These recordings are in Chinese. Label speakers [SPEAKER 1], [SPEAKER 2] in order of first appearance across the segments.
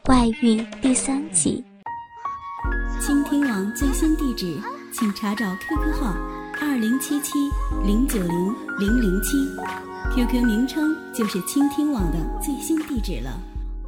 [SPEAKER 1] 外遇第3集。
[SPEAKER 2] 倾听网最新地址，请查找 QQ 号2077-090-007，QQ 名称就是倾听网的最新地址了。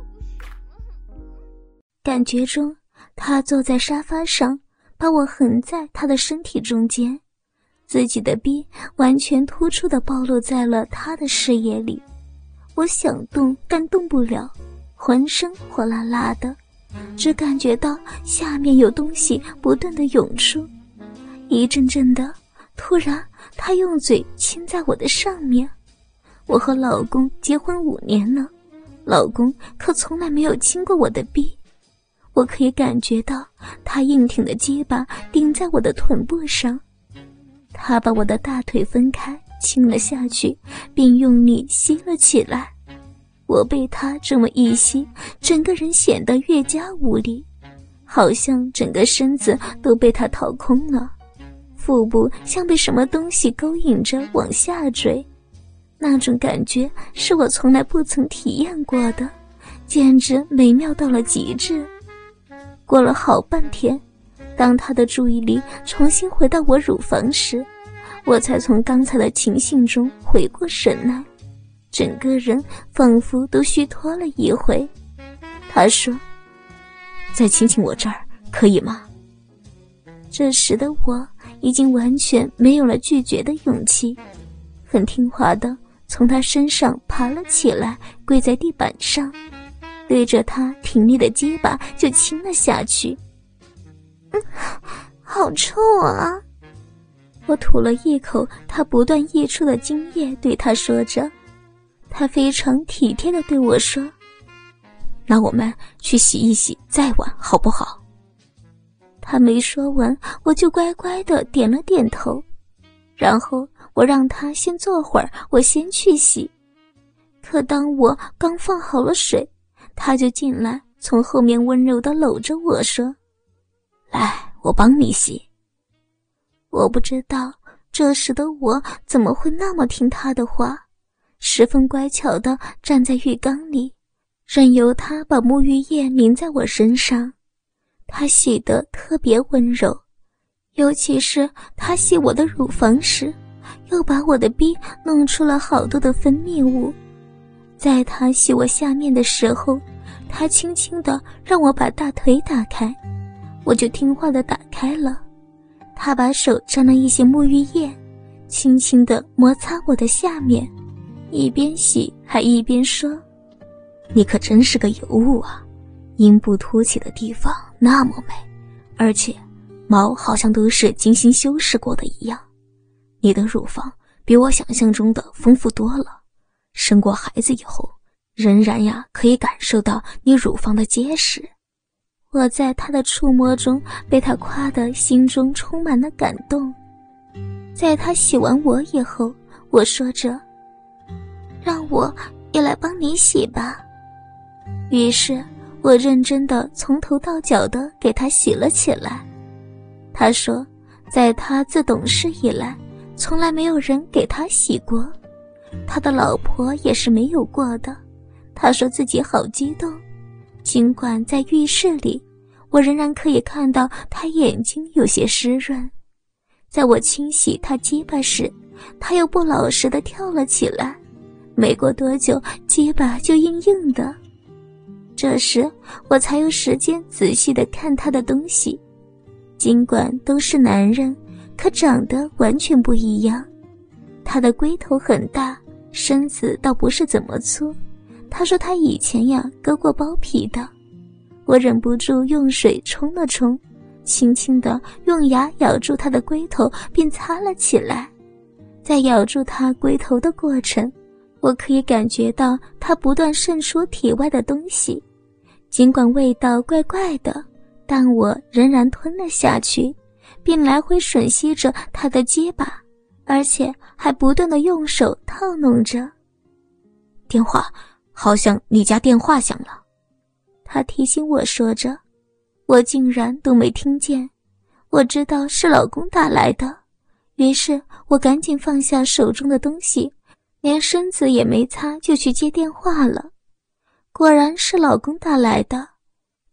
[SPEAKER 1] 感觉中，他坐在沙发上，把我横在他的身体中间，自己的逼完全突出地暴露在了他的视野里。我想动，但动不了，浑身火辣辣的，只感觉到下面有东西不断地涌出，一阵阵的。突然，他用嘴亲在我的上面。我和老公结婚5年了，老公可从来没有亲过我的逼。我可以感觉到他硬挺的鸡巴顶在我的臀部上，他把我的大腿分开亲了下去，并用力吸了起来。我被他这么一吸，整个人显得越加无力，好像整个身子都被他掏空了，腹部像被什么东西勾引着往下坠。那种感觉是我从来不曾体验过的，简直美妙到了极致。过了好半天，当他的注意力重新回到我乳房时，我才从刚才的情形中回过神来，整个人仿佛都虚脱了一回。他说：“再亲亲我这儿，可以吗？”这时的我已经完全没有了拒绝的勇气，很听话的从他身上爬了起来，跪在地板上，对着他挺立的鸡巴就亲了下去。好臭啊！我吐了一口他不断溢出的精液，对他说着。他非常体贴地对我说：“那我们去洗一洗再玩好不好？”他没说完，我就乖乖地点了点头，然后我让他先坐会儿，我先去洗。可当我刚放好了水，他就进来，从后面温柔地搂着我说：“来，我帮你洗。”我不知道这时的我怎么会那么听他的话，十分乖巧地站在浴缸里，任由他把沐浴液淋在我身上。他洗得特别温柔，尤其是他洗我的乳房时，又把我的逼弄出了好多的分泌物。在他洗我下面的时候，他轻轻地让我把大腿打开，我就听话地打开了。他把手沾了一些沐浴液，轻轻地摩擦我的下面，一边洗还一边说：“你可真是个尤物啊，阴部凸起的地方那么美，而且毛好像都是精心修饰过的一样。你的乳房比我想象中的丰富多了，生过孩子以后仍然可以感受到你乳房的结实。”我在他的触摸中被他夸得心中充满了感动。在他洗完我以后，我说着：“让我也来帮你洗吧。”于是我认真地从头到脚地给他洗了起来。他说在他自懂事以来，从来没有人给他洗过，他的老婆也是没有过的。他说自己好激动，尽管在浴室里，我仍然可以看到他眼睛有些湿润。在我清洗他鸡巴时，他又不老实地跳了起来，没过多久鸡巴就硬硬的。这时我才有时间仔细地看他的东西，尽管都是男人，可长得完全不一样。他的龟头很大，身子倒不是怎么粗。他说他以前割过包皮的。我忍不住用水冲了冲，轻轻地用牙咬住他的龟头并擦了起来。在咬住他龟头的过程，我可以感觉到他不断渗出体外的东西，尽管味道怪怪的，但我仍然吞了下去，并来回吮吸着他的鸡巴，而且还不断地用手套弄着。电话，好像你家电话响了。他提醒我说着，我竟然都没听见。我知道是老公打来的，于是我赶紧放下手中的东西，连身子也没擦就去接电话了。果然是老公打来的，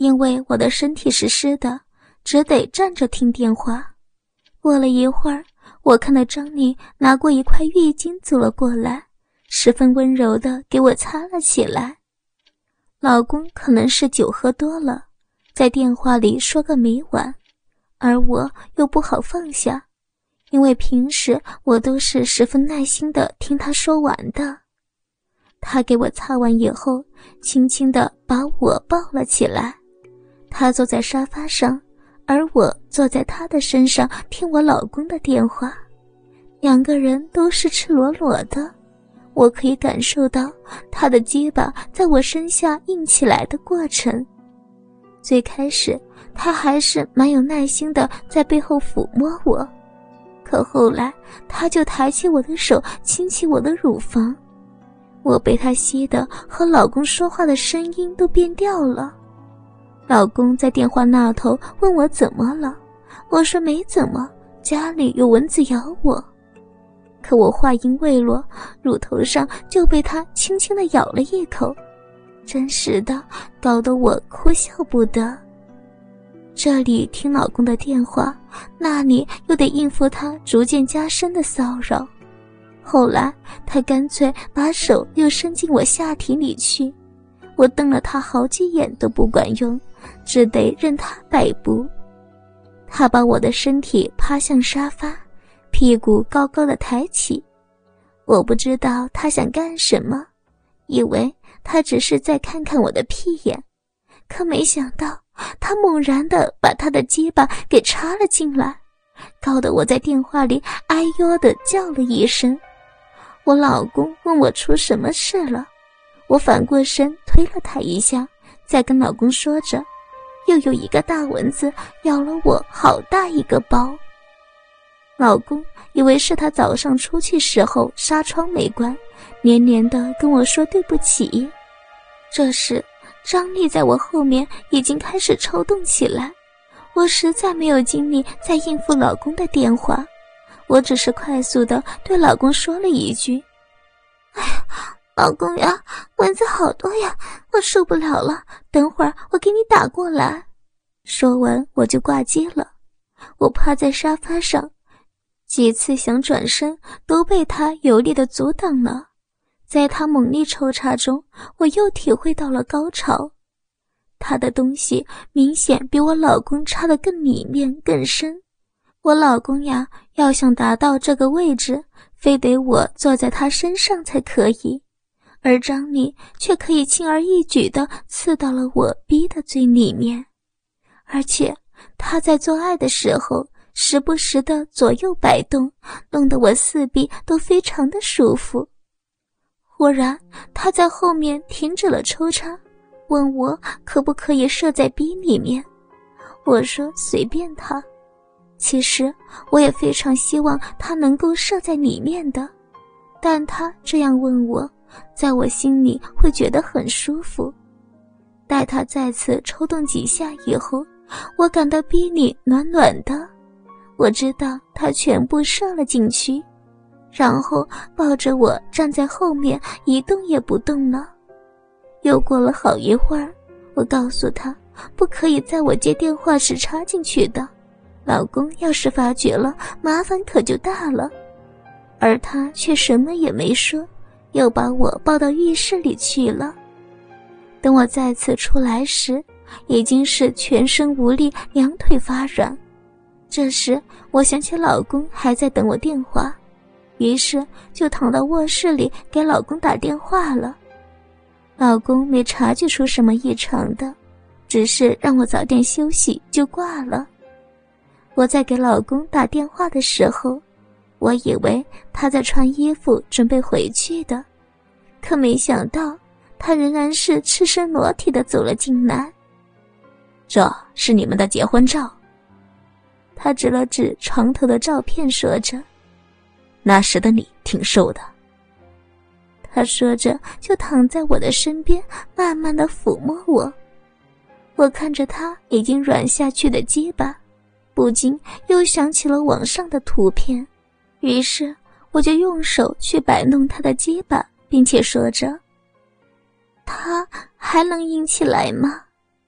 [SPEAKER 1] 因为我的身体是湿的，只得站着听电话。过了一会儿，我看到张丽拿过一块浴巾走了过来，十分温柔地给我擦了起来。老公可能是酒喝多了，在电话里说个没完，而我又不好放下，因为平时我都是十分耐心地听他说完的。他给我擦完以后，轻轻地把我抱了起来。他坐在沙发上，而我坐在他的身上听我老公的电话。两个人都是赤裸裸的，我可以感受到他的鸡巴在我身下硬起来的过程。最开始他还是蛮有耐心的在背后抚摸我，可后来他就抬起我的手亲起我的乳房，我被他吸得和老公说话的声音都变调了。老公在电话那头问我怎么了，我说没怎么，家里有蚊子咬我。可我话音未落，乳头上就被他轻轻地咬了一口，真实的搞得我哭笑不得。这里听老公的电话，那里又得应付他逐渐加深的骚扰。后来他干脆把手又伸进我下体里去，我瞪了他好几眼都不管用，只得任他摆布。他把我的身体趴向沙发，屁股高高的抬起。我不知道他想干什么，以为他只是再看看我的屁眼，可没想到他猛然地把他的鸡巴给插了进来，搞得我在电话里哎呦地叫了一声。我老公问我出什么事了，我反过身推了他一下，再跟老公说着，又有一个大蚊子咬了我好大一个包。老公以为是他早上出去时候纱窗没关，连连地跟我说对不起。这时张丽在我后面已经开始抽动起来，我实在没有精力再应付老公的电话，我只是快速地对老公说了一句：哎呀，老公呀，蚊子好多呀，我受不了了，等会儿我给你打过来。说完我就挂机了。我趴在沙发上，几次想转身都被他有力地阻挡了。在他猛力抽插中，我又体会到了高潮。他的东西明显比我老公插得更里面更深，我老公呀，要想达到这个位置，非得我坐在他身上才可以，而张丽却可以轻而易举地刺到了我逼的最里面。而且他在做爱的时候时不时地左右摆动，弄得我四臂都非常的舒服。忽然他在后面停止了抽插，问我可不可以射在逼里面。我说随便他，其实我也非常希望他能够射在里面的，但他这样问我，在我心里会觉得很舒服。待他再次抽动几下以后，我感到逼里暖暖的，我知道他全部射了进去，然后抱着我站在后面一动也不动了。又过了好一会儿，我告诉他不可以在我接电话时插进去的，老公要是发觉了，麻烦可就大了。而他却什么也没说，又把我抱到浴室里去了。等我再次出来时，已经是全身无力，两腿发软。这时我想起老公还在等我电话，于是就躺到卧室里给老公打电话了。老公没察觉出什么异常的，只是让我早点休息就挂了。我在给老公打电话的时候，我以为他在穿衣服准备回去的，可没想到他仍然是赤身裸体地走了进来。
[SPEAKER 3] 这是你们的结婚照。
[SPEAKER 1] 他指了指床头的照片说着，
[SPEAKER 3] 那时的你挺瘦的。
[SPEAKER 1] 他说着就躺在我的身边，慢慢地抚摸我。我看着他已经软下去的鸡巴，不禁又想起了网上的图片，于是我就用手去摆弄他的鸡巴，并且说着，他还能硬起来吗？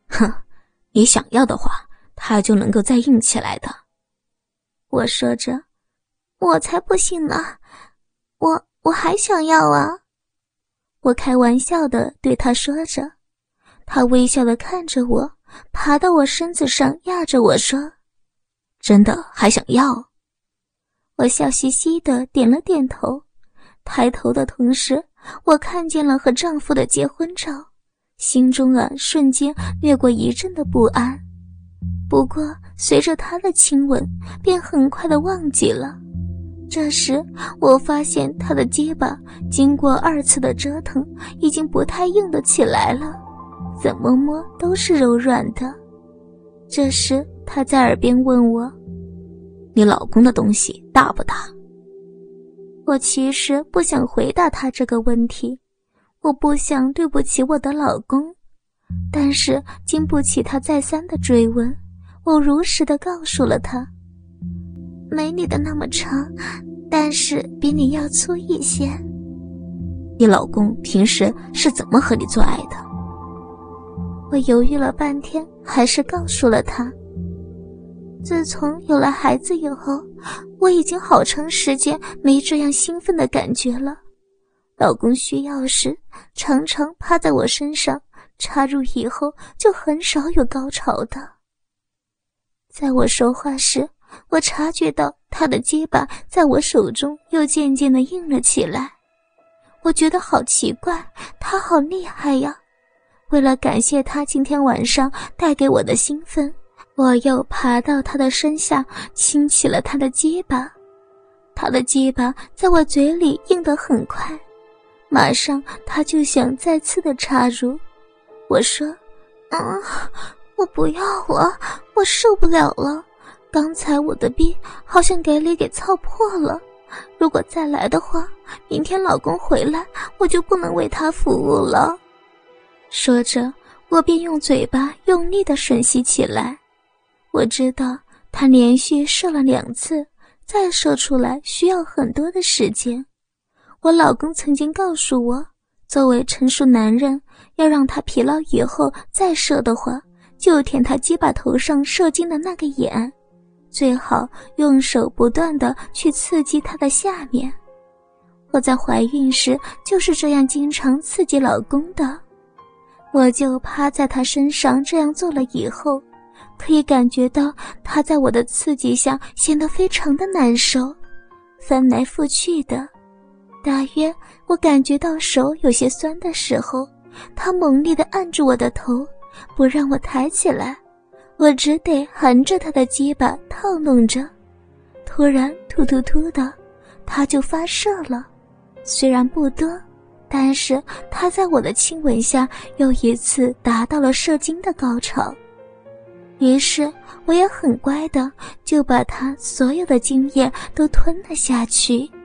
[SPEAKER 3] 哼，你想要的话，它就能够再硬起来的。
[SPEAKER 1] 我说着，我才不信呢，我还想要啊。我开玩笑地对他说着，他微笑地看着我，爬到我身子上压着我说，
[SPEAKER 3] 真的还想要？
[SPEAKER 1] 我笑嘻嘻地点了点头，抬头的同时，我看见了和丈夫的结婚照，心中瞬间掠过一阵的不安。不过随着他的亲吻，便很快地忘记了。这时我发现他的结巴经过2次的折腾，已经不太硬得起来了，怎么摸都是柔软的。这时他在耳边问我，
[SPEAKER 3] 你老公的东西大不大？
[SPEAKER 1] 我其实不想回答他这个问题，我不想对不起我的老公，但是经不起他再三的追问，我如实的告诉了他，没你的那么长，但是比你要粗一些。
[SPEAKER 3] 你老公平时是怎么和你做爱的？
[SPEAKER 1] 我犹豫了半天，还是告诉了他。自从有了孩子以后，我已经好长时间没这样兴奋的感觉了。老公需要时，常常趴在我身上，插入以后就很少有高潮的。在我说话时，我察觉到他的结巴在我手中又渐渐地硬了起来。我觉得好奇怪，他好厉害呀。为了感谢他今天晚上带给我的兴奋，我又爬到他的身下，亲起了他的结巴。他的结巴在我嘴里硬得很快，马上他就想再次的插入。我说，我不要了，我受不了了。刚才我的逼好像给你给操破了，如果再来的话，明天老公回来，我就不能为他服务了。说着，我便用嘴巴用力地吮吸起来。我知道他连续射了2次，再射出来需要很多的时间。我老公曾经告诉我，作为成熟男人，要让他疲劳以后再射的话，就舔他鸡巴头上射精的那个眼，最好用手不断地去刺激他的下面。我在怀孕时就是这样经常刺激老公的。我就趴在他身上这样做了以后，可以感觉到他在我的刺激下显得非常的难受，翻来覆去的。大约我感觉到手有些酸的时候，他猛力地按住我的头，不让我抬起来，我只得含着他的鸡巴套弄着。突然突突突的，他就发射了，虽然不多，但是他在我的亲吻下又一次达到了射精的高潮。于是我也很乖的就把他所有的精液都吞了下去。